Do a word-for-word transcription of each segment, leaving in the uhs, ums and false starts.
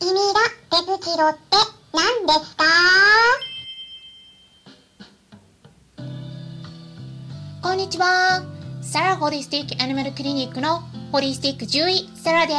君がデブキロって何ですか？ こんにちは。サラホリスティックアニマルクリニックのホリスティック獣医サラです。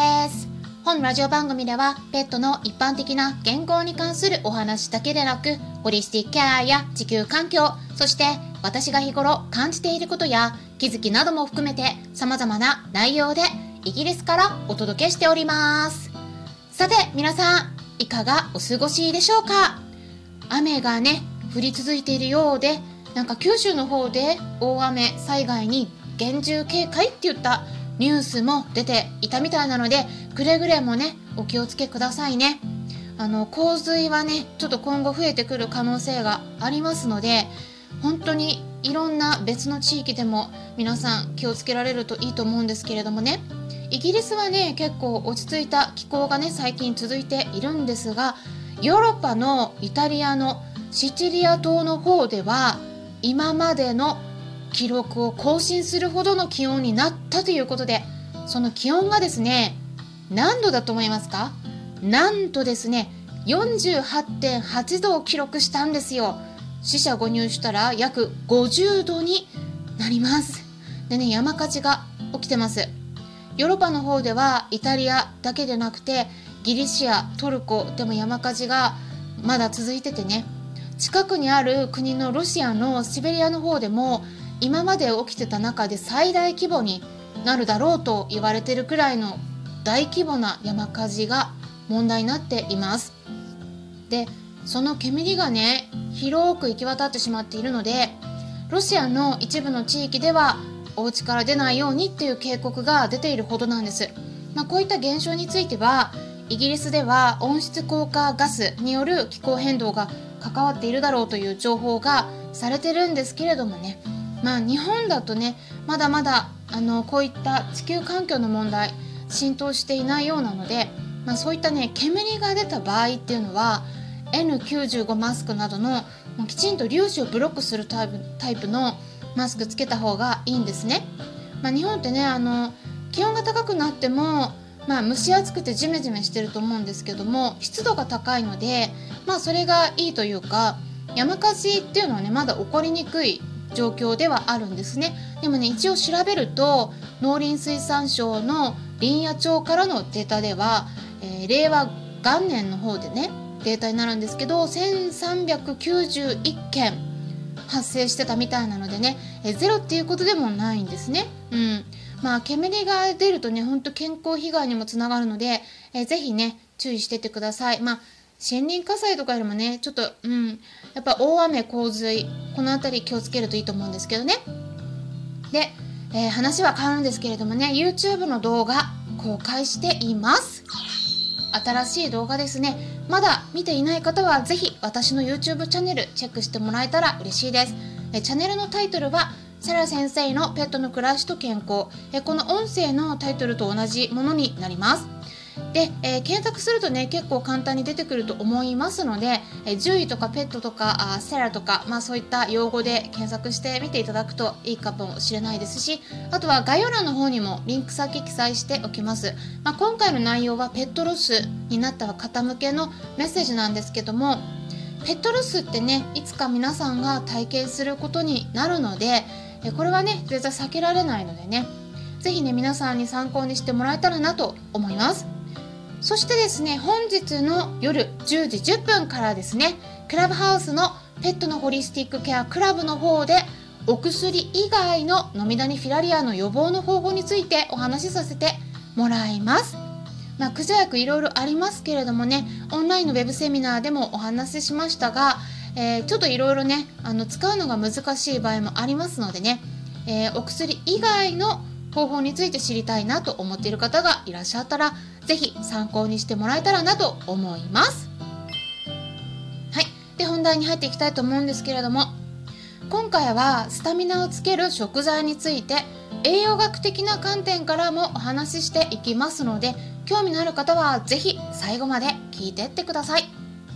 本ラジオ番組ではペットの一般的な健康に関するお話だけでなく、ホリスティックケアや地球環境、そして私が日頃感じていることや気づきなども含めて様々な内容でイギリスからお届けしております。さて皆さん、いかがお過ごしでしょうか？雨がね降り続いているようで、なんか九州の方で大雨災害に厳重警戒って言ったニュースも出ていたみたいなので、くれぐれもねお気をつけくださいね。あの洪水はねちょっと今後増えてくる可能性がありますので、本当にいろんな別の地域でも皆さん気をつけられるといいと思うんですけれどもね。イギリスはね結構落ち着いた気候がね最近続いているんですが、ヨーロッパのイタリアのシチリア島の方では今までの記録を更新するほどの気温になったということで、その気温がですね何度だと思いますか？なんとですね よんじゅうはちてんはち 度を記録したんですよ。四捨五入したら約ごじゅうどになります。でね、山火事が起きてます。ヨーロッパの方ではイタリアだけでなくてギリシア、トルコでも山火事がまだ続いててね、近くにある国のロシアのシベリアの方でも今まで起きてた中で最大規模になるだろうと言われているくらいの大規模な山火事が問題になっています。で、その煙がね広く行き渡ってしまっているので、ロシアの一部の地域ではお家から出ないようにっていう警告が出ているほどなんです。まあ、こういった現象についてはイギリスでは温室効果ガスによる気候変動が関わっているだろうという情報がされてるんですけれどもね、まあ日本だとねまだまだあのこういった地球環境の問題浸透していないようなので、まあ、そういったね煙が出た場合っていうのは エヌきゅうじゅうご マスクなどのきちんと粒子をブロックするタイプ、タイプのマスクつけた方がいいんですね。まあ、日本ってねあの気温が高くなっても、まあ、蒸し暑くてジメジメしてると思うんですけども、湿度が高いので、まあ、それがいいというか、山火事っていうのはねまだ起こりにくい状況ではあるんですね。でもね一応調べると農林水産省の林野庁からのデータでは、えー、令和元年の方でねデータになるんですけどせんさんびゃくきゅうじゅういっけん発生してたみたいなのでね、えー、ゼロっていうことでもないんですね。うん、まあ煙が出るとね本当健康被害にもつながるので、えー、ぜひね注意してってください。まあ森林火災とかよりもねちょっとうんやっぱ大雨洪水このあたり気をつけるといいと思うんですけどね。で、えー、話は変わるんですけれどもね YouTube の動画公開しています。新しい動画ですね。まだ見ていない方はぜひ私の YouTube チャンネルチェックしてもらえたら嬉しいです。えチャンネルのタイトルはサラ先生のペットの暮らしと健康、えこの音声のタイトルと同じものになります。で、えー、検索するとね結構簡単に出てくると思いますので、えー、獣医とかペットとかあセラとか、まあ、そういった用語で検索してみていただくといいかもしれないですし、あとは概要欄の方にもリンク先記載しておきます。まあ、今回の内容はペットロスになった方向けのメッセージなんですけども、ペットロスってねいつか皆さんが体験することになるので、えー、これはね絶対避けられないのでね、ぜひね皆さんに参考にしてもらえたらなと思います。そしてですね、本日の夜じゅうじじゅっぷんからですね、クラブハウスのペットのホリスティックケアクラブの方でお薬以外のノミダニフィラリアの予防の方法についてお話しさせてもらいます。まあ、駆除薬いろいろありますけれどもね、オンラインのウェブセミナーでもお話ししましたが、えー、ちょっといろいろねあの使うのが難しい場合もありますのでね、えー、お薬以外の方法について知りたいなと思っている方がいらっしゃったらぜひ参考にしてもらえたらなと思います。はい、で本題に入っていきたいと思うんですけれども、今回はスタミナをつける食材について栄養学的な観点からもお話ししていきますので、興味のある方はぜひ最後まで聞いてってください。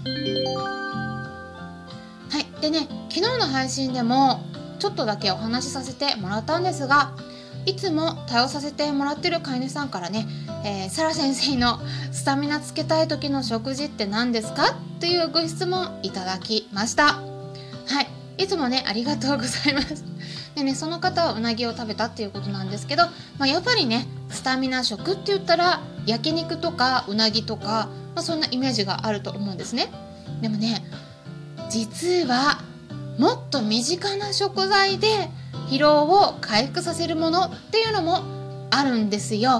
はい、でね昨日の配信でもちょっとだけお話しさせてもらったんですが、 いつも頼させてもらってる飼い主さんからね、えー、サラ先生のスタミナつけたい時の食事って何ですかっていうご質問いただきました。はい、いつもねありがとうございます。でね、その方はうなぎを食べたっていうことなんですけど、まあ、やっぱりねスタミナ食って言ったら焼肉とかうなぎとか、まあ、そんなイメージがあると思うんですね。でもね、実はもっと身近な食材で疲労を回復させるものっていうのもあるんですよ。はい、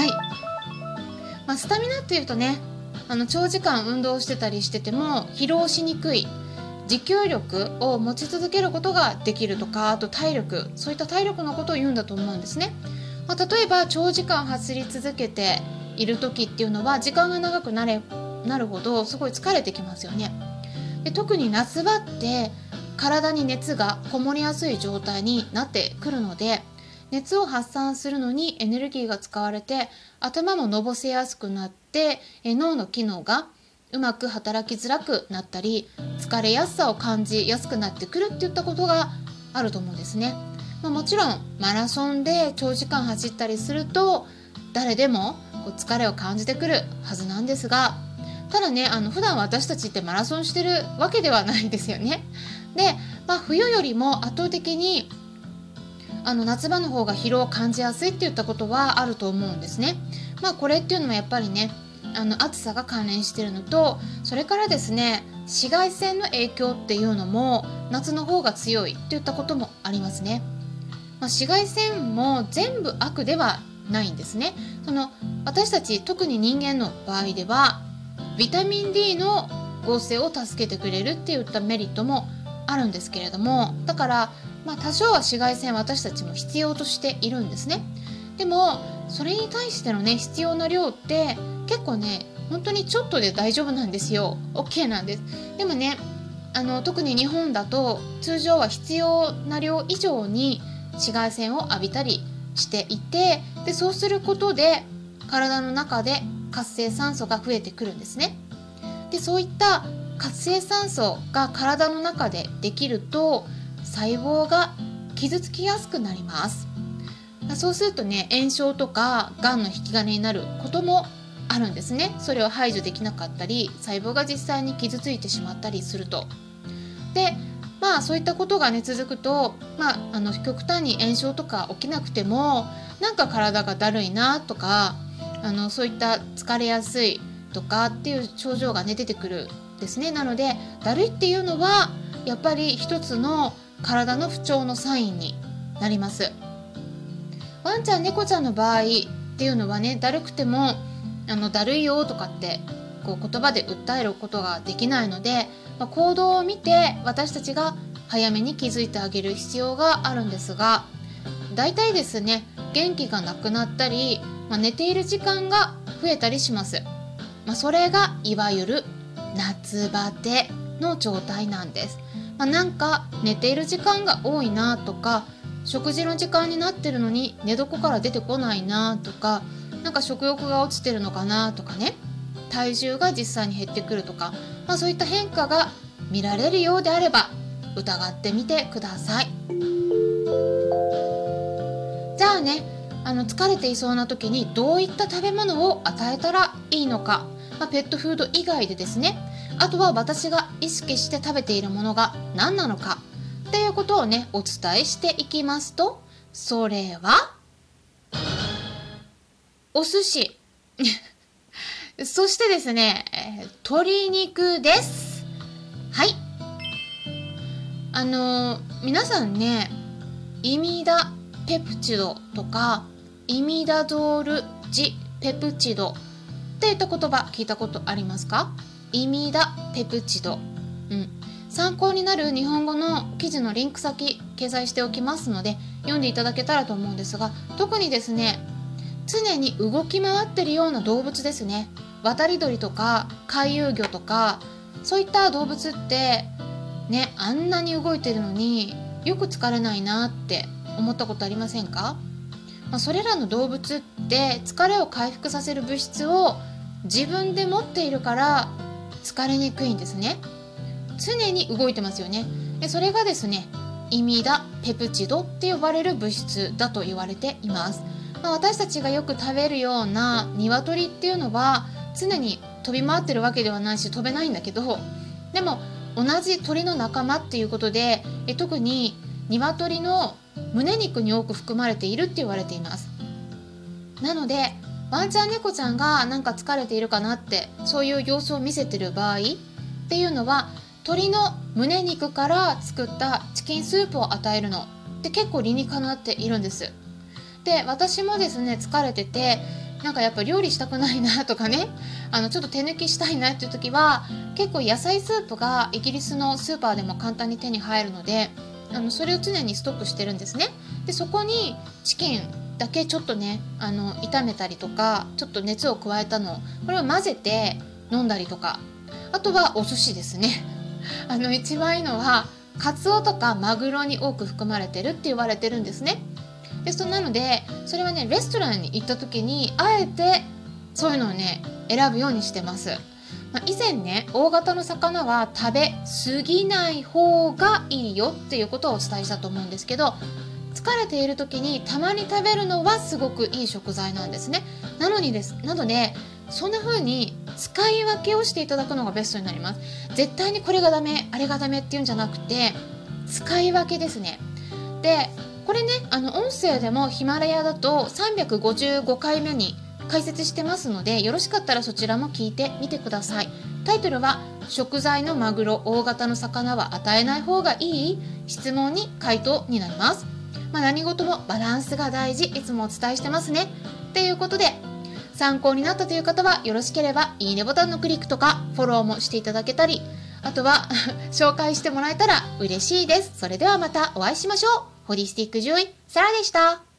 まあ、スタミナっていうとね、あの長時間運動してたりしてても疲労しにくい、持久力を持ち続けることができるとか、あと体力、そういった体力のことを言うんだと思うんですね。まあ、例えば長時間走り続けている時っていうのは時間が長くなれなるほどすごい疲れてきますよね。で、特に夏場って体に熱がこもりやすい状態になってくるので、熱を発散するのにエネルギーが使われて頭ものぼせやすくなって、え脳の機能がうまく働きづらくなったり、疲れやすさを感じやすくなってくるっていったことがあると思うんですね。まあ、もちろんマラソンで長時間走ったりすると誰でもこう疲れを感じてくるはずなんですが、ただね、あの普段私たちってマラソンしてるわけではないんですよね。で、まあ、冬よりも圧倒的にあの夏場の方が疲労を感じやすいっていったことはあると思うんですね。まあこれっていうのはやっぱりね、あの暑さが関連しているのと、それからですね、紫外線の影響っていうのも夏の方が強いっていったこともありますね。まあ、紫外線も全部悪ではないんですね。その私たち、特に人間の場合ではビタミン D の合成を助けてくれるっていったメリットもあるんですけれども、だから、まあ、多少は紫外線私たちも必要としているんですね。でもそれに対してのね必要な量って結構ね本当にちょっとで大丈夫なんですよ。 OK なんです。でもね、あの特に日本だと通常は必要な量以上に紫外線を浴びたりしていて、でそうすることで体の中で活性酸素が増えてくるんですね。でそういった活性酸素が体の中でできると細胞が傷つきやすくなります。そうするとね、炎症とかがんの引き金になることもあるんですね。それを排除できなかったり、細胞が実際に傷ついてしまったりすると。でまあそういったことがね続くと、まあ、あの極端に炎症とか起きなくてもなんか体がだるいなとか、あのそういった疲れやすいとかっていう症状がね出てくるんですね。なのでだるいっていうのはやっぱり一つの体の不調のサインになります。ワンちゃん猫ちゃんの場合っていうのはね、だるくてもあのだるいよとかってこう言葉で訴えることができないので、まあ、行動を見て私たちが早めに気づいてあげる必要があるんですが、だいたいですね元気がなくなったり、まあ、寝ている時間が増えたりします。まあ、それがいわゆる夏バテの状態なんです。まあ、なんか寝ている時間が多いなとか、食事の時間になってるのに寝床から出てこないなとか、なんか食欲が落ちてるのかなとかね、体重が実際に減ってくるとか、まあ、そういった変化が見られるようであれば疑ってみてください。じゃあね、あの疲れていそうな時にどういった食べ物を与えたらいいのか、まあ、ペットフード以外でですね、あとは私が意識して食べているものが何なのかっていうことをねお伝えしていきますと、それはお寿司そしてですね、えー、鶏肉です。はい、あのー、皆さんね、イミダペプチドとかイミダゾールジペプチドっていった言葉聞いたことありますか？イミダペプチド、うん、参考になる日本語の記事のリンク先掲載しておきますので読んでいただけたらと思うんですが、特にですね常に動き回っているような動物ですね、渡り鳥とか回遊魚とかそういった動物ってね、あんなに動いてるのによく疲れないなって思ったことありませんか？まあ、それらの動物って疲れを回復させる物質を自分で持っているから疲れにくいんですね。常に動いてますよね。でそれがですねイミダペプチドって呼ばれる物質だと言われています。まあ、私たちがよく食べるような鶏っていうのは常に飛び回ってるわけではないし飛べないんだけど、でも同じ鳥の仲間っていうことでえ特に鶏の胸肉に多く含まれているって言われています。なのでワンちゃん猫ちゃんがなんか疲れているかなってそういう様子を見せてる場合っていうのは鶏の胸肉から作ったチキンスープを与えるのって結構理にかなっているんです。で私もですね疲れててなんかやっぱ料理したくないなとかねあのちょっと手抜きしたいなっていう時は結構野菜スープがイギリスのスーパーでも簡単に手に入るのであのそれを常にストックしてるんですね。でそこにチキンだけちょっとねあの炒めたりとかちょっと熱を加えたのこれを混ぜて飲んだりとか、あとはお寿司ですね。あの一番いいのはカツオとかマグロに多く含まれてるって言われてるんですね。でそうなのでそれはねレストランに行った時にあえてそういうのをね選ぶようにしてます。まあ、以前ね大型の魚は食べ過ぎない方がいいよっていうことをお伝えしたと思うんですけど、疲れている時にたまに食べるのはすごくいい食材なんですね。なのにですなのでそんな風に使い分けをしていただくのがベストになります。絶対にこれがダメあれがダメっていうんじゃなくて使い分けですね。でこれねあの音声でもヒマラヤだとさんびゃくごじゅうごかいめに解説してますのでよろしかったらそちらも聞いてみてください。タイトルは食材のマグロ大型の魚は与えない方がいい質問に回答になります。まあ、何事もバランスが大事いつもお伝えしてますねっていうことで参考になったという方はよろしければいいねボタンのクリックとかフォローもしていただけたりあとは紹介してもらえたら嬉しいです。それではまたお会いしましょう。ホリスティック獣医サラでした。